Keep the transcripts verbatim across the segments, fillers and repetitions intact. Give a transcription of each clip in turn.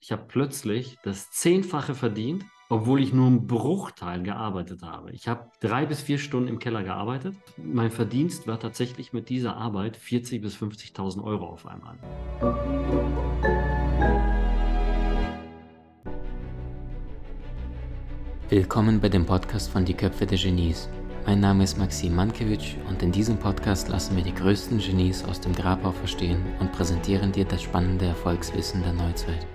Ich habe plötzlich das Zehnfache verdient, obwohl ich nur einen Bruchteil gearbeitet habe. Ich habe drei bis vier Stunden im Keller gearbeitet. Mein Verdienst war tatsächlich mit dieser Arbeit vierzigtausend bis fünfzigtausend Euro auf einmal. Willkommen bei dem Podcast von Die Köpfe der Genies. Mein Name ist Maxim Mankewitsch und in diesem Podcast lassen wir die größten Genies aus dem Grabau verstehen und präsentieren dir das spannende Erfolgswissen der Neuzeit.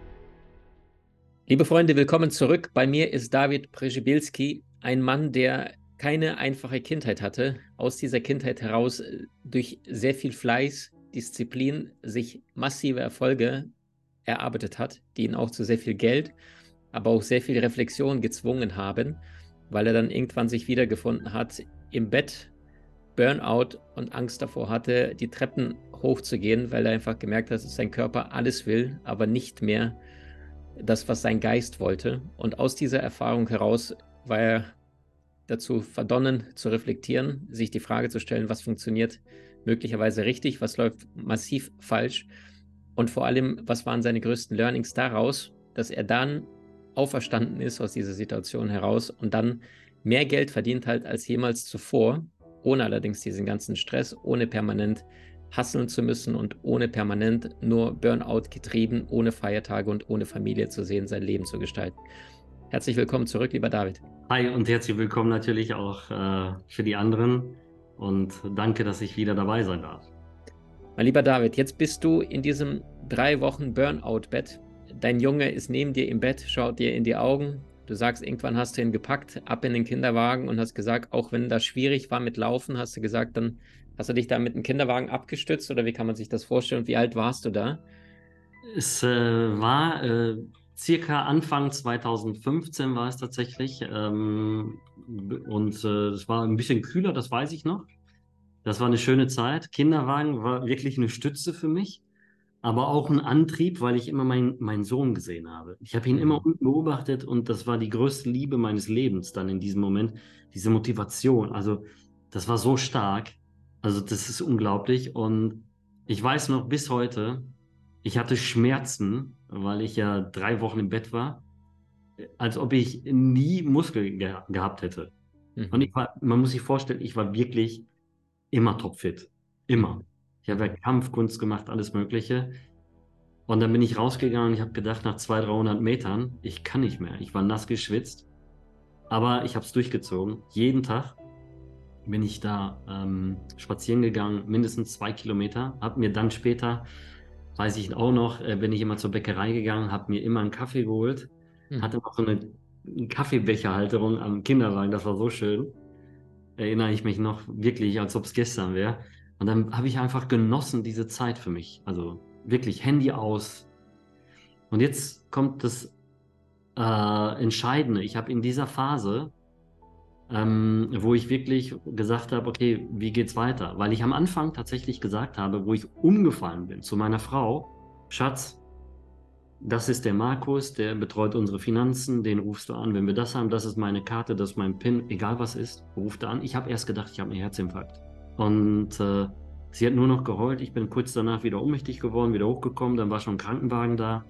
Liebe Freunde, willkommen zurück. Bei mir ist David Przybylski, ein Mann, der keine einfache Kindheit hatte. Aus dieser Kindheit heraus durch sehr viel Fleiß, Disziplin sich massive Erfolge erarbeitet hat, die ihn auch zu sehr viel Geld, aber auch sehr viel Reflexion gezwungen haben, weil er dann irgendwann sich wiedergefunden hat im Bett, Burnout und Angst davor hatte, die Treppen hochzugehen, weil er einfach gemerkt hat, dass sein Körper alles will, aber nicht mehr das, was sein Geist wollte. Und aus dieser Erfahrung heraus war er dazu verdonnen zu reflektieren, sich die Frage zu stellen, was funktioniert möglicherweise richtig, was läuft massiv falsch und vor allem, was waren seine größten Learnings daraus, dass er dann auferstanden ist aus dieser Situation heraus und dann mehr Geld verdient hat als jemals zuvor, ohne allerdings diesen ganzen Stress, ohne permanent hustlen zu müssen und ohne permanent nur Burnout getrieben, ohne Feiertage und ohne Familie zu sehen, sein Leben zu gestalten. Herzlich willkommen zurück, lieber David. Hi und herzlich willkommen natürlich auch äh, für die anderen und danke, dass ich wieder dabei sein darf. Mein lieber David, jetzt bist du in diesem drei Wochen Burnout-Bett. Dein Junge ist neben dir im Bett, schaut dir in die Augen. Du sagst, irgendwann hast du ihn gepackt, ab in den Kinderwagen und hast gesagt, auch wenn das schwierig war mit Laufen, hast du gesagt, dann hast du dich da mit dem Kinderwagen abgestützt oder wie kann man sich das vorstellen und wie alt warst du da? Es äh, war äh, circa Anfang zweitausendfünfzehn war es tatsächlich ähm, und äh, es war ein bisschen kühler, das weiß ich noch. Das war eine schöne Zeit. Kinderwagen war wirklich eine Stütze für mich, aber auch ein Antrieb, weil ich immer mein, meinen Sohn gesehen habe. Ich habe ihn immer unten beobachtet und das war die größte Liebe meines Lebens dann in diesem Moment, diese Motivation. Also das war so stark. Also das ist unglaublich und ich weiß noch bis heute, ich hatte Schmerzen, weil ich ja drei Wochen im Bett war, als ob ich nie Muskeln ge gehabt hätte. Mhm. Und ich war, man muss sich vorstellen, ich war wirklich immer topfit. Immer. Ich habe ja Kampfkunst gemacht, alles Mögliche. Und dann bin ich rausgegangen und ich habe gedacht, nach zweihundert, dreihundert Metern, ich kann nicht mehr. Ich war nass geschwitzt. Aber ich habe es durchgezogen. Jeden Tag bin ich da ähm, spazieren gegangen, mindestens zwei Kilometer. Habe mir dann später, weiß ich auch noch, äh, bin ich immer zur Bäckerei gegangen, habe mir immer einen Kaffee geholt. Mhm. Hatte noch so eine, eine Kaffeebecherhalterung am Kinderwagen, das war so schön. Erinnere ich mich noch wirklich, als ob es gestern wäre. Und dann habe ich einfach genossen, diese Zeit für mich. Also wirklich Handy aus. Und jetzt kommt das äh, Entscheidende. Ich habe in dieser Phase, ähm, wo ich wirklich gesagt habe, okay, wie geht's weiter? Weil ich am Anfang tatsächlich gesagt habe, wo ich umgefallen bin zu meiner Frau, Schatz, das ist der Markus, der betreut unsere Finanzen, den rufst du an, wenn wir das haben, das ist meine Karte, das ist mein PIN, egal was ist, ruft er an. Ich habe erst gedacht, ich habe einen Herzinfarkt. Und äh, sie hat nur noch geheult. Ich bin kurz danach wieder ohnmächtig geworden, wieder hochgekommen, dann war schon ein Krankenwagen da.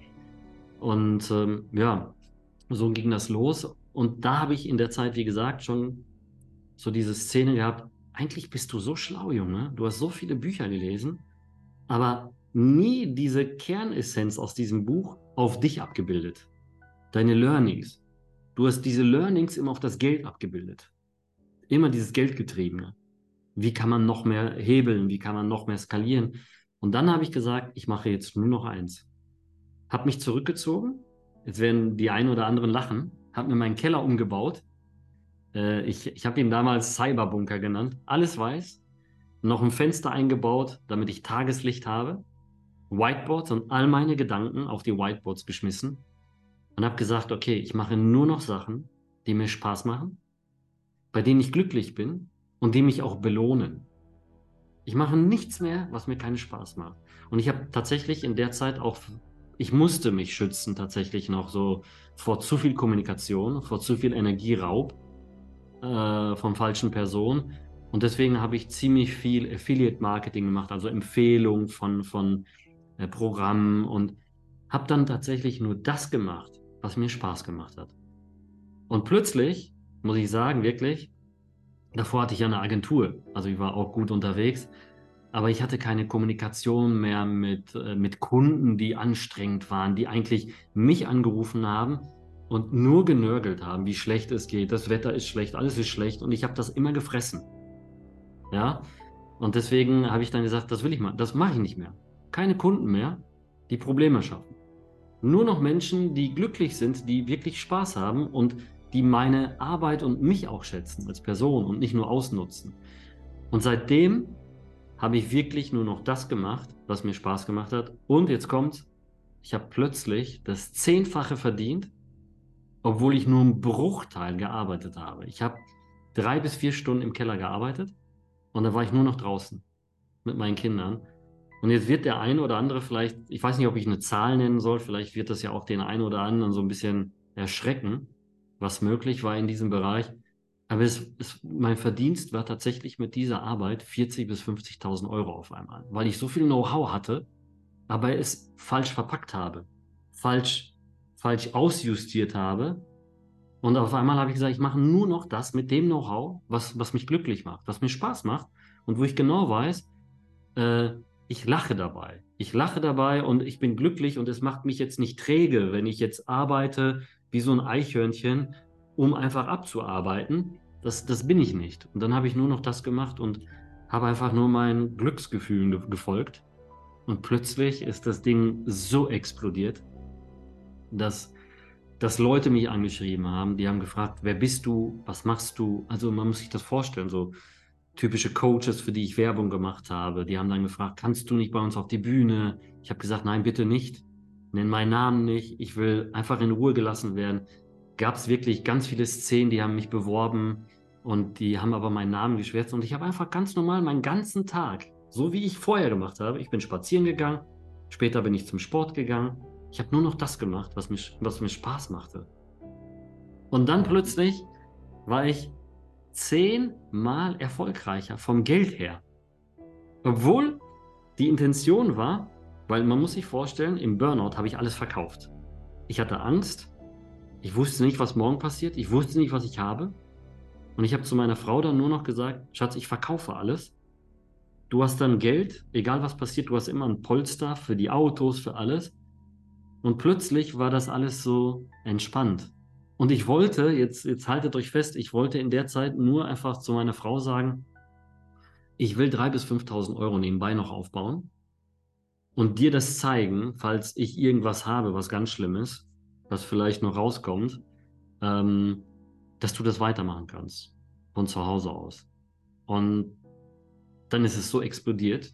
Und ähm, ja, so ging das los. Und da habe ich in der Zeit, wie gesagt, schon so diese Szene gehabt, eigentlich bist du so schlau, Junge. Du hast so viele Bücher gelesen, aber nie diese Kernessenz aus diesem Buch auf dich abgebildet. Deine Learnings. Du hast diese Learnings immer auf das Geld abgebildet. Immer dieses Geldgetriebene. Wie kann man noch mehr hebeln? Wie kann man noch mehr skalieren? Und dann habe ich gesagt, ich mache jetzt nur noch eins. Habe mich zurückgezogen. Jetzt werden die einen oder anderen lachen. Habe mir meinen Keller umgebaut. Äh, ich ich habe ihn damals Cyberbunker genannt. Alles weiß. Noch ein Fenster eingebaut, damit ich Tageslicht habe. Whiteboards und all meine Gedanken auf die Whiteboards geschmissen und habe gesagt, okay, ich mache nur noch Sachen, die mir Spaß machen, bei denen ich glücklich bin und die mich auch belohnen. Ich mache nichts mehr, was mir keinen Spaß macht. Und ich habe tatsächlich in der Zeit auch, ich musste mich schützen tatsächlich noch so vor zu viel Kommunikation, vor zu viel Energieraub äh, von falschen Personen. Und deswegen habe ich ziemlich viel Affiliate-Marketing gemacht, also Empfehlungen von, von äh, Programmen und habe dann tatsächlich nur das gemacht, was mir Spaß gemacht hat. Und plötzlich, muss ich sagen, wirklich, davor hatte ich ja eine Agentur, also ich war auch gut unterwegs, aber ich hatte keine Kommunikation mehr mit, äh, mit Kunden, die anstrengend waren, die eigentlich mich angerufen haben und nur genörgelt haben, wie schlecht es geht, das Wetter ist schlecht, alles ist schlecht und ich habe das immer gefressen. Ja, und deswegen habe ich dann gesagt, das will ich mal, das mache ich nicht mehr. Keine Kunden mehr, die Probleme schaffen. Nur noch Menschen, die glücklich sind, die wirklich Spaß haben und die meine Arbeit und mich auch schätzen als Person und nicht nur ausnutzen. Und seitdem habe ich wirklich nur noch das gemacht, was mir Spaß gemacht hat. Und jetzt kommt's, ich habe plötzlich das Zehnfache verdient, obwohl ich nur einen Bruchteil gearbeitet habe. Ich habe drei bis vier Stunden im Keller gearbeitet und dann war ich nur noch draußen mit meinen Kindern. Und jetzt wird der eine oder andere vielleicht, ich weiß nicht, ob ich eine Zahl nennen soll, vielleicht wird das ja auch den einen oder anderen so ein bisschen erschrecken, was möglich war in diesem Bereich. Aber es, es, mein Verdienst war tatsächlich mit dieser Arbeit vierzigtausend bis fünfzigtausend Euro auf einmal, weil ich so viel Know-how hatte, aber es falsch verpackt habe, falsch, falsch ausjustiert habe. Und auf einmal habe ich gesagt, ich mache nur noch das mit dem Know-how, was, was mich glücklich macht, was mir Spaß macht und wo ich genau weiß, äh, ich lache dabei. Ich lache dabei und ich bin glücklich und es macht mich jetzt nicht träge, wenn ich jetzt arbeite wie so ein Eichhörnchen, um einfach abzuarbeiten. Das, das bin ich nicht. Und dann habe ich nur noch das gemacht und habe einfach nur meinen Glücksgefühlen ge gefolgt. Und plötzlich ist das Ding so explodiert, dass, dass Leute mich angeschrieben haben. Die haben gefragt, wer bist du? Was machst du? Also man muss sich das vorstellen, so typische Coaches, für die ich Werbung gemacht habe. Die haben dann gefragt, kannst du nicht bei uns auf die Bühne? Ich habe gesagt, nein, bitte nicht. Nenn meinen Namen nicht. Ich will einfach in Ruhe gelassen werden. Gab es wirklich ganz viele Szenen, die haben mich beworben und die haben aber meinen Namen geschwärzt. Und ich habe einfach ganz normal meinen ganzen Tag, so wie ich vorher gemacht habe, ich bin spazieren gegangen, später bin ich zum Sport gegangen. Ich habe nur noch das gemacht, was mir, was mir Spaß machte. Und dann plötzlich war ich zehnmal erfolgreicher vom Geld her. Obwohl die Intention war, weil man muss sich vorstellen, im Burnout habe ich alles verkauft. Ich hatte Angst, ich wusste nicht, was morgen passiert, ich wusste nicht, was ich habe. Und ich habe zu meiner Frau dann nur noch gesagt, Schatz, ich verkaufe alles. Du hast dann Geld, egal was passiert, du hast immer ein Polster für die Autos, für alles. Und plötzlich war das alles so entspannt. Und ich wollte, jetzt, jetzt haltet euch fest, ich wollte in der Zeit nur einfach zu meiner Frau sagen, ich will dreitausend bis fünftausend Euro nebenbei noch aufbauen und dir das zeigen, falls ich irgendwas habe, was ganz schlimm ist, was vielleicht noch rauskommt, ähm, dass du das weitermachen kannst, von zu Hause aus. Und dann ist es so explodiert.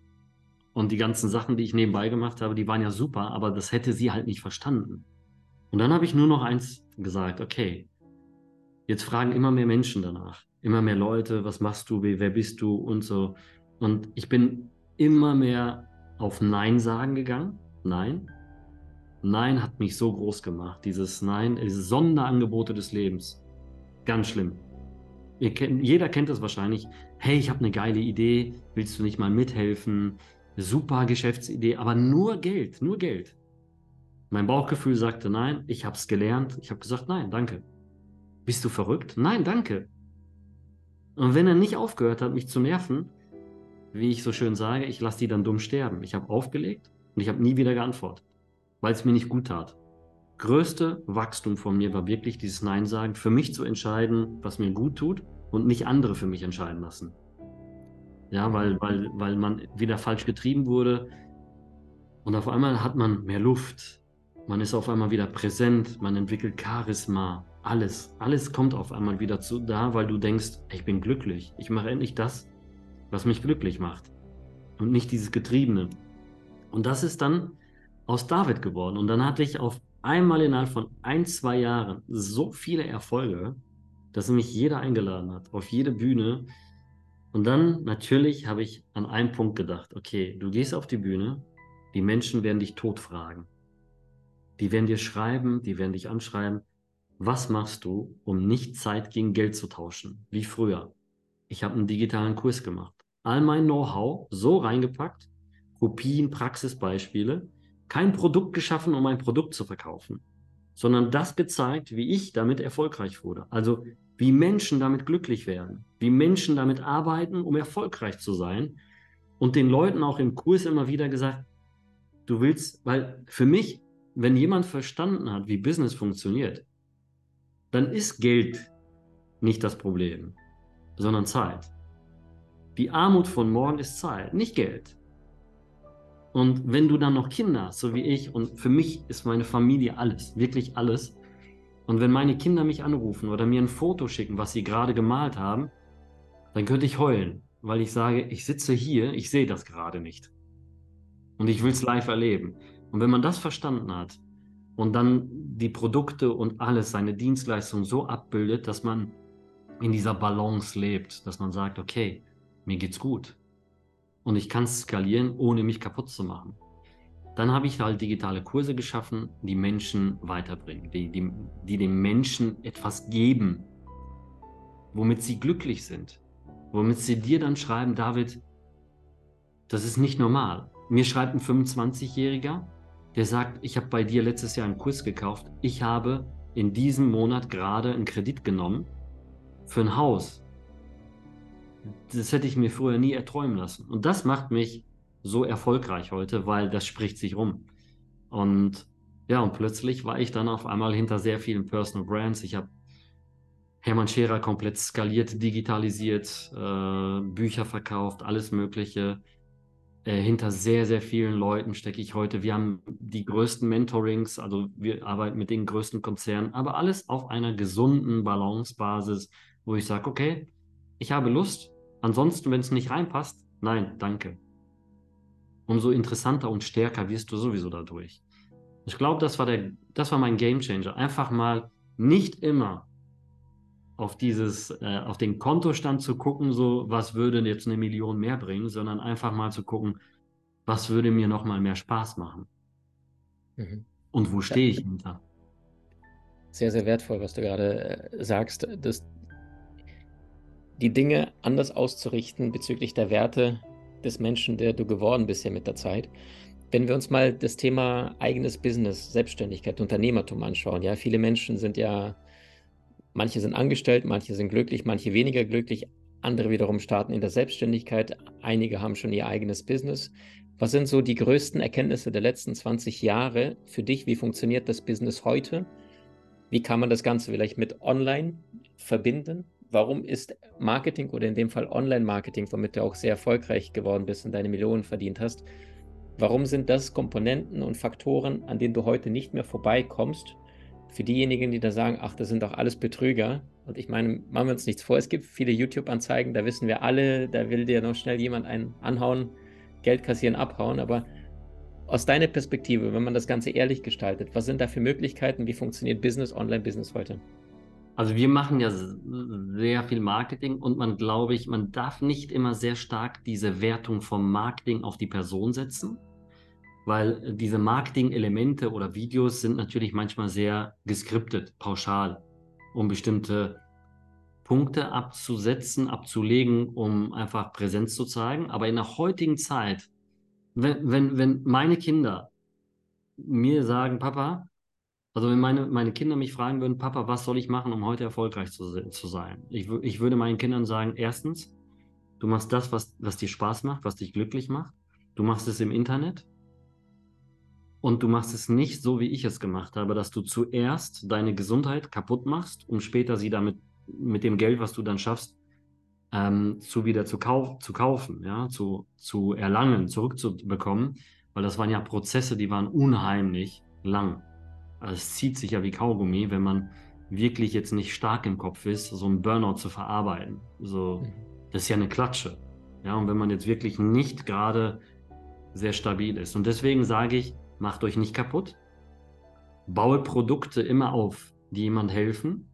Und die ganzen Sachen, die ich nebenbei gemacht habe, die waren ja super, aber das hätte sie halt nicht verstanden. Und dann habe ich nur noch eins gesagt, okay, jetzt fragen immer mehr Menschen danach, immer mehr Leute, was machst du, wer bist du und so. Und ich bin immer mehr auf Nein sagen gegangen. Nein. Nein hat mich so groß gemacht. Dieses Nein, diese Sonderangebote des Lebens. Ganz schlimm. Ihr kennt, jeder kennt das wahrscheinlich. Hey, ich habe eine geile Idee. Willst du nicht mal mithelfen? Super Geschäftsidee, aber nur Geld, nur Geld. Mein Bauchgefühl sagte nein. Ich habe es gelernt. Ich habe gesagt, nein, danke. Bist du verrückt? Nein, danke. Und wenn er nicht aufgehört hat, mich zu nerven, wie ich so schön sage, ich lasse die dann dumm sterben. Ich habe aufgelegt und ich habe nie wieder geantwortet, weil es mir nicht gut tat. Größte Wachstum von mir war wirklich dieses Nein sagen, für mich zu entscheiden, was mir gut tut und nicht andere für mich entscheiden lassen. Ja, weil, weil, weil man wieder falsch getrieben wurde und auf einmal hat man mehr Luft. Man ist auf einmal wieder präsent, man entwickelt Charisma, alles. Alles kommt auf einmal wieder zu da, weil du denkst, ich bin glücklich. Ich mache endlich das, was mich glücklich macht und nicht dieses Getriebene. Und das ist dann aus David geworden. Und dann hatte ich auf einmal innerhalb von ein, zwei Jahren so viele Erfolge, dass mich jeder eingeladen hat, auf jede Bühne. Und dann natürlich habe ich an einen Punkt gedacht, okay, du gehst auf die Bühne, die Menschen werden dich totfragen. Die werden dir schreiben, die werden dich anschreiben, was machst du, um nicht Zeit gegen Geld zu tauschen, wie früher? Ich habe einen digitalen Kurs gemacht. All mein Know-how so reingepackt, Kopien, Praxisbeispiele, kein Produkt geschaffen, um ein Produkt zu verkaufen, sondern das gezeigt, wie ich damit erfolgreich wurde. Also wie Menschen damit glücklich werden, wie Menschen damit arbeiten, um erfolgreich zu sein. Und den Leuten auch im Kurs immer wieder gesagt, du willst, weil für mich, wenn jemand verstanden hat, wie Business funktioniert, dann ist Geld nicht das Problem, sondern Zeit. Die Armut von morgen ist Zeit, nicht Geld. Und wenn du dann noch Kinder hast, so wie ich, und für mich ist meine Familie alles, wirklich alles. Und wenn meine Kinder mich anrufen oder mir ein Foto schicken, was sie gerade gemalt haben, dann könnte ich heulen, weil ich sage, ich sitze hier, ich sehe das gerade nicht. Und ich will es live erleben. Und wenn man das verstanden hat und dann die Produkte und alles, seine Dienstleistung so abbildet, dass man in dieser Balance lebt, dass man sagt, okay, mir geht's gut. Und ich kann es skalieren, ohne mich kaputt zu machen. Dann habe ich halt digitale Kurse geschaffen, die Menschen weiterbringen, die, die, die den Menschen etwas geben, womit sie glücklich sind, womit sie dir dann schreiben, David, das ist nicht normal. Mir schreibt ein fünfundzwanzigjähriger, der sagt, ich habe bei dir letztes Jahr einen Kurs gekauft, ich habe in diesem Monat gerade einen Kredit genommen für ein Haus. Das hätte ich mir früher nie erträumen lassen. Und das macht mich so erfolgreich heute, weil das spricht sich rum. Und ja, und plötzlich war ich dann auf einmal hinter sehr vielen Personal Brands. Ich habe Hermann Scherer komplett skaliert, digitalisiert, äh, Bücher verkauft, alles Mögliche. Äh, hinter sehr, sehr vielen Leuten stecke ich heute. Wir haben die größten Mentorings, also wir arbeiten mit den größten Konzernen, aber alles auf einer gesunden Balancebasis, wo ich sage, okay, ich habe Lust. Ansonsten, wenn es nicht reinpasst, nein, danke. Umso interessanter und stärker wirst du sowieso dadurch. Ich glaube, das war der, das war mein Gamechanger. Einfach mal nicht immer auf dieses, äh, auf den Kontostand zu gucken, so was würde jetzt eine Million mehr bringen, sondern einfach mal zu gucken, was würde mir noch mal mehr Spaß machen. Mhm. Und wo stehe ich hinter? Sehr, sehr wertvoll, was du gerade äh, sagst, dass die Dinge anders auszurichten bezüglich der Werte des Menschen, der du geworden bist ja mit der Zeit. Wenn wir uns mal das Thema eigenes Business, Selbstständigkeit, Unternehmertum anschauen, ja, viele Menschen sind ja, manche sind angestellt, manche sind glücklich, manche weniger glücklich, andere wiederum starten in der Selbstständigkeit, einige haben schon ihr eigenes Business. Was sind so die größten Erkenntnisse der letzten zwanzig Jahre für dich? Wie funktioniert das Business heute? Wie kann man das Ganze vielleicht mit Online verbinden? Warum ist Marketing oder in dem Fall Online-Marketing, womit du auch sehr erfolgreich geworden bist und deine Millionen verdient hast, warum sind das Komponenten und Faktoren, an denen du heute nicht mehr vorbeikommst? Für diejenigen, die da sagen, ach, das sind doch alles Betrüger. Und ich meine, machen wir uns nichts vor, es gibt viele YouTube-Anzeigen, da wissen wir alle, da will dir noch schnell jemand einen anhauen, Geld kassieren, abhauen. Aber aus deiner Perspektive, wenn man das Ganze ehrlich gestaltet, was sind da für Möglichkeiten? Wie funktioniert Business, Online-Business heute? Also wir machen ja sehr viel Marketing und man, glaube ich, man darf nicht immer sehr stark diese Wertung vom Marketing auf die Person setzen, weil diese Marketing-Elemente oder Videos sind natürlich manchmal sehr geskriptet, pauschal, um bestimmte Punkte abzusetzen, abzulegen, um einfach Präsenz zu zeigen. Aber in der heutigen Zeit, wenn, wenn, wenn meine Kinder mir sagen, Papa, also wenn meine, meine Kinder mich fragen würden, Papa, was soll ich machen, um heute erfolgreich zu, zu sein? Ich, ich würde meinen Kindern sagen, erstens, du machst das, was, was dir Spaß macht, was dich glücklich macht. Du machst es im Internet und du machst es nicht so, wie ich es gemacht habe, dass du zuerst deine Gesundheit kaputt machst, um später sie damit mit dem Geld, was du dann schaffst, ähm, zu wieder zu, kauf, zu kaufen, ja, zu, zu erlangen, zurückzubekommen, weil das waren ja Prozesse, die waren unheimlich lang. Also es zieht sich ja wie Kaugummi, wenn man wirklich jetzt nicht stark im Kopf ist, so einen Burnout zu verarbeiten. So, das ist ja eine Klatsche. Ja, und wenn man jetzt wirklich nicht gerade sehr stabil ist. Und deswegen sage ich, macht euch nicht kaputt. Baue Produkte immer auf, die jemand helfen.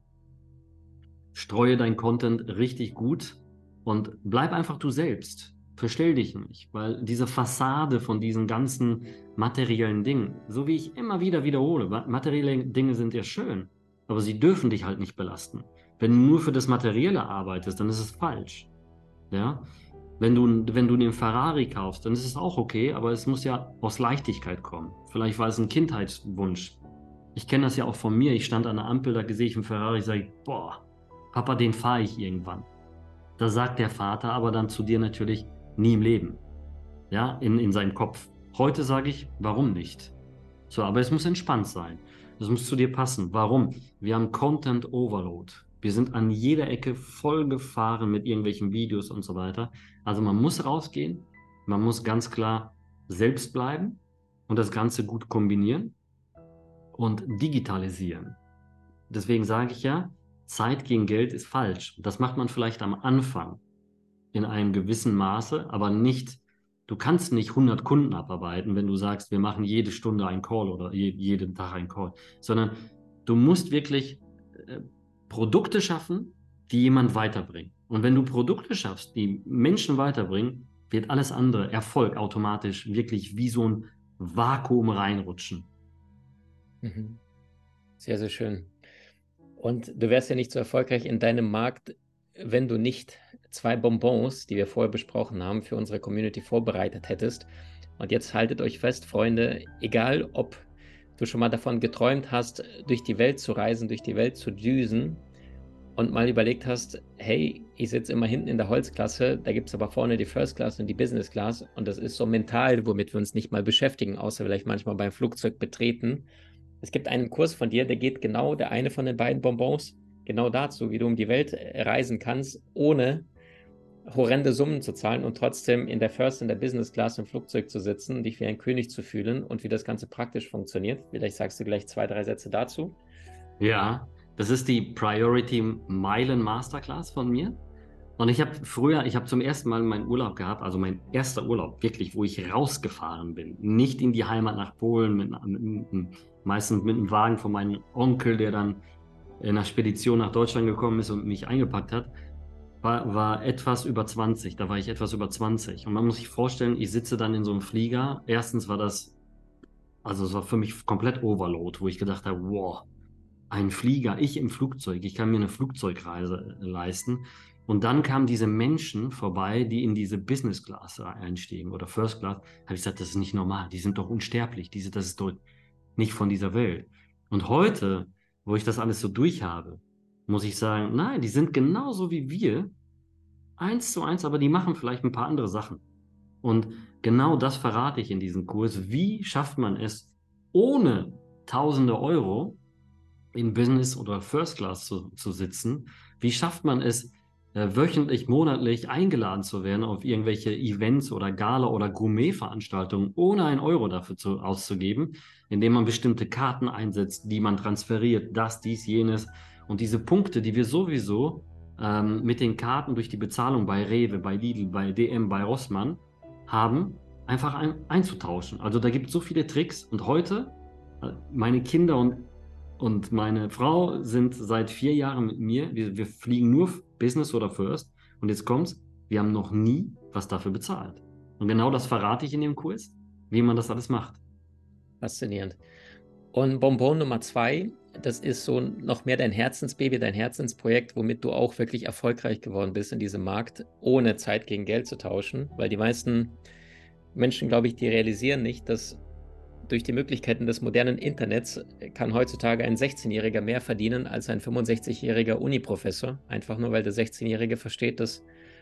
Streue dein Content richtig gut und bleib einfach du selbst. Verstell dich nicht, weil diese Fassade von diesen ganzen materiellen Dingen, so wie ich immer wieder wiederhole, materielle Dinge sind ja schön, aber sie dürfen dich halt nicht belasten. Wenn du nur für das Materielle arbeitest, dann ist es falsch. Ja? Wenn du, wenn du den Ferrari kaufst, dann ist es auch okay, aber es muss ja aus Leichtigkeit kommen. Vielleicht war es ein Kindheitswunsch. Ich kenne das ja auch von mir. Ich stand an der Ampel, da sehe ich einen Ferrari, sage ich, boah, Papa, den fahre ich irgendwann. Da sagt der Vater aber dann zu dir natürlich, nie im Leben. Ja, in, in seinem Kopf. Heute sage ich, warum nicht? So, aber es muss entspannt sein. Es muss zu dir passen. Warum? Wir haben Content Overload. Wir sind an jeder Ecke vollgefahren mit irgendwelchen Videos und so weiter. Also man muss rausgehen, man muss ganz klar selbst bleiben und das Ganze gut kombinieren und digitalisieren. Deswegen sage ich ja, Zeit gegen Geld ist falsch. Das macht man vielleicht am Anfang in einem gewissen Maße, aber nicht, du kannst nicht hundert Kunden abarbeiten, wenn du sagst, wir machen jede Stunde einen Call oder je, jeden Tag einen Call, sondern du musst wirklich äh, Produkte schaffen, die jemand weiterbringen. Und wenn du Produkte schaffst, die Menschen weiterbringen, wird alles andere, Erfolg automatisch wirklich wie so ein Vakuum reinrutschen. Mhm. Sehr, sehr schön. Und du wärst ja nicht so erfolgreich in deinem Markt, wenn du nicht zwei Bonbons, die wir vorher besprochen haben, für unsere Community vorbereitet hättest. Und jetzt haltet euch fest, Freunde, egal ob du schon mal davon geträumt hast, durch die Welt zu reisen, durch die Welt zu düsen und mal überlegt hast, hey, ich sitze immer hinten in der Holzklasse, da gibt es aber vorne die First Class und die Business Class und das ist so mental, womit wir uns nicht mal beschäftigen, außer vielleicht manchmal beim Flugzeug betreten. Es gibt einen Kurs von dir, der geht genau, der eine von den beiden Bonbons, genau dazu, wie du um die Welt reisen kannst, ohne horrende Summen zu zahlen und trotzdem in der First, in der Business Class im Flugzeug zu sitzen, dich wie ein König zu fühlen und wie das Ganze praktisch funktioniert. Vielleicht sagst du gleich zwei, drei Sätze dazu. Ja, das ist die Priority Meilen Masterclass von mir. Und ich habe früher, ich habe zum ersten Mal meinen Urlaub gehabt, also mein erster Urlaub, wirklich, wo ich rausgefahren bin. Nicht in die Heimat nach Polen, mit, mit, mit, meistens mit einem Wagen von meinem Onkel, der dann in einer Spedition nach Deutschland gekommen ist und mich eingepackt hat, war, war etwas über zwanzig. Da war ich etwas über zwanzig. Und man muss sich vorstellen, ich sitze dann in so einem Flieger. Erstens war das, also es war für mich komplett Overload, wo ich gedacht habe, wow, ein Flieger, ich im Flugzeug, ich kann mir eine Flugzeugreise äh, leisten. Und dann kamen diese Menschen vorbei, die in diese Business Class einstiegen oder First Class. Habe ich gesagt, das ist nicht normal, die sind doch unsterblich, diese, das ist doch nicht von dieser Welt. Und heute, wo ich das alles so durch habe, muss ich sagen, nein, die sind genauso wie wir, eins zu eins, aber die machen vielleicht ein paar andere Sachen. Und genau das verrate ich in diesem Kurs. Wie schafft man es, ohne tausende Euro in Business oder First Class zu, zu sitzen? Wie schafft man es, äh, wöchentlich, monatlich eingeladen zu werden auf irgendwelche Events oder Gala- oder Gourmet-Veranstaltungen, ohne einen Euro dafür zu, auszugeben, indem man bestimmte Karten einsetzt, die man transferiert, das, dies, jenes. Und diese Punkte, die wir sowieso ähm, mit den Karten durch die Bezahlung bei Rewe, bei Lidl, bei D M, bei Rossmann haben, einfach ein, einzutauschen. Also da gibt es so viele Tricks. Und heute, äh, meine Kinder und und meine Frau sind seit vier Jahren mit mir. Wir, wir fliegen nur Business oder First. Und jetzt kommt's, wir haben noch nie was dafür bezahlt. Und genau das verrate ich in dem Kurs, wie man das alles macht. Faszinierend. Und Bonbon Nummer zwei, das ist so noch mehr dein Herzensbaby, dein Herzensprojekt, womit du auch wirklich erfolgreich geworden bist in diesem Markt, ohne Zeit gegen Geld zu tauschen. Weil die meisten Menschen, glaube ich, die realisieren nicht, dass durch die Möglichkeiten des modernen Internets kann heutzutage ein sechzehnjähriger mehr verdienen als ein fünfundsechzigjähriger Uni-Professor. Einfach nur, weil der sechzehnjährige versteht, dass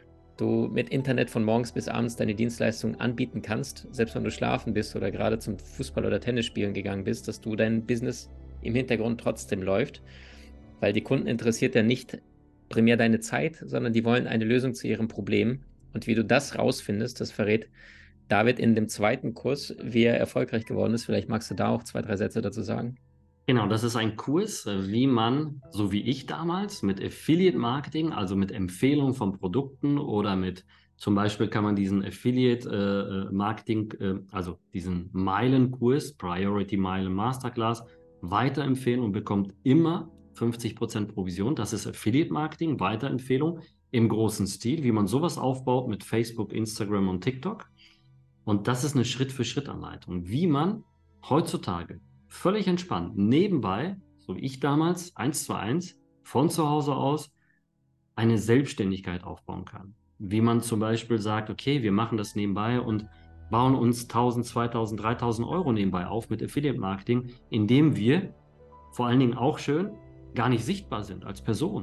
du mit Internet von morgens bis abends deine Dienstleistungen anbieten kannst, selbst wenn du schlafen bist oder gerade zum Fußball- oder Tennisspielen gegangen bist, dass du dein Business im Hintergrund trotzdem läuft, weil die Kunden interessiert ja nicht primär deine Zeit, sondern die wollen eine Lösung zu ihrem Problem. Und wie du das rausfindest, das verrät David in dem zweiten Kurs, wie er erfolgreich geworden ist. Vielleicht magst du da auch zwei, drei Sätze dazu sagen. Genau, das ist ein Kurs, äh, wie man, so wie ich damals, mit Affiliate Marketing, also mit Empfehlung von Produkten oder mit, zum Beispiel kann man diesen Affiliate äh, äh, Marketing, äh, also diesen Meilenkurs, Priority Meilen Masterclass, weiterempfehlen und bekommt immer fünfzig Prozent Provision. Das ist Affiliate Marketing, Weiterempfehlung im großen Stil, wie man sowas aufbaut mit Facebook, Instagram und TikTok. Und das ist eine Schritt-für-Schritt-Anleitung, wie man heutzutage völlig entspannt nebenbei, so wie ich damals, eins zu eins, von zu Hause aus, eine Selbstständigkeit aufbauen kann. wie man zum Beispiel sagt, okay, wir machen das nebenbei und bauen uns tausend, zweitausend, dreitausend Euro nebenbei auf mit Affiliate Marketing, indem wir vor allen Dingen auch schön gar nicht sichtbar sind als Person.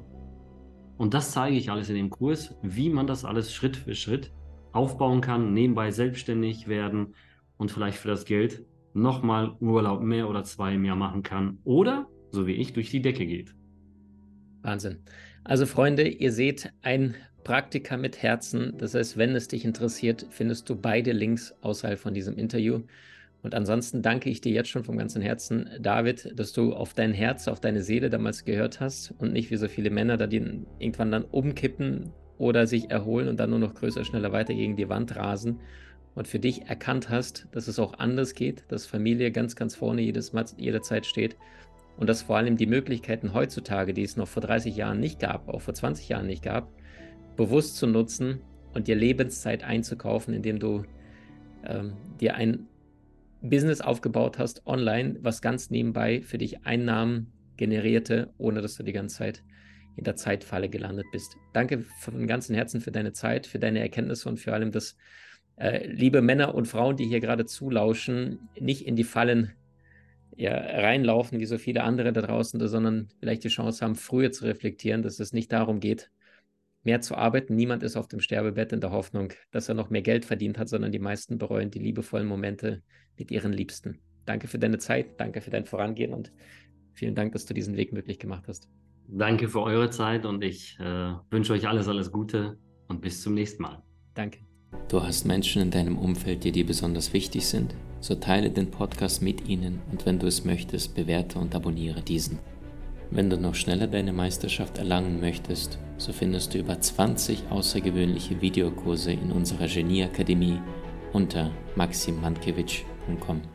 Und das zeige ich alles in dem Kurs, wie man das alles Schritt für Schritt aufbauen kann, nebenbei selbstständig werden und vielleicht für das Geld nochmal Urlaub mehr oder zwei im Jahr machen kann oder, so wie ich, durch die Decke geht. Wahnsinn. Also Freunde, ihr seht, ein Praktiker mit Herzen. Das heißt, wenn es dich interessiert, findest du beide Links außerhalb von diesem Interview. Und ansonsten danke ich dir jetzt schon vom ganzen Herzen, David, dass du auf dein Herz, auf deine Seele damals gehört hast und nicht wie so viele Männer, da die irgendwann dann umkippen oder sich erholen und dann nur noch größer, schneller weiter gegen die Wand rasen und für dich erkannt hast, dass es auch anders geht, dass Familie ganz, ganz vorne jedes Mal, jederzeit steht und dass vor allem die Möglichkeiten heutzutage, die es noch vor dreißig Jahren nicht gab, auch vor zwanzig Jahren nicht gab, bewusst zu nutzen und dir Lebenszeit einzukaufen, indem du ähm, dir ein Business aufgebaut hast online, was ganz nebenbei für dich Einnahmen generierte, ohne dass du die ganze Zeit in der Zeitfalle gelandet bist. Danke von ganzem Herzen für deine Zeit, für deine Erkenntnisse und vor allem, dass äh, liebe Männer und Frauen, die hier gerade zulauschen, nicht in die Fallen ja, reinlaufen, wie so viele andere da draußen, sondern vielleicht die Chance haben, früher zu reflektieren, dass es nicht darum geht, mehr zu arbeiten. Niemand ist auf dem Sterbebett in der Hoffnung, dass er noch mehr Geld verdient hat, sondern die meisten bereuen die liebevollen Momente mit ihren Liebsten. Danke für deine Zeit, danke für dein Vorangehen und vielen Dank, dass du diesen Weg möglich gemacht hast. Danke für eure Zeit und ich äh, wünsche euch alles, alles Gute und bis zum nächsten Mal. Danke. Du hast Menschen in deinem Umfeld, die dir besonders wichtig sind? So teile den Podcast mit ihnen und wenn du es möchtest, bewerte und abonniere diesen. Wenn du noch schneller deine Meisterschaft erlangen möchtest, so findest du über zwanzig außergewöhnliche Videokurse in unserer Genie-Akademie unter maxim mankiewicz punkt com.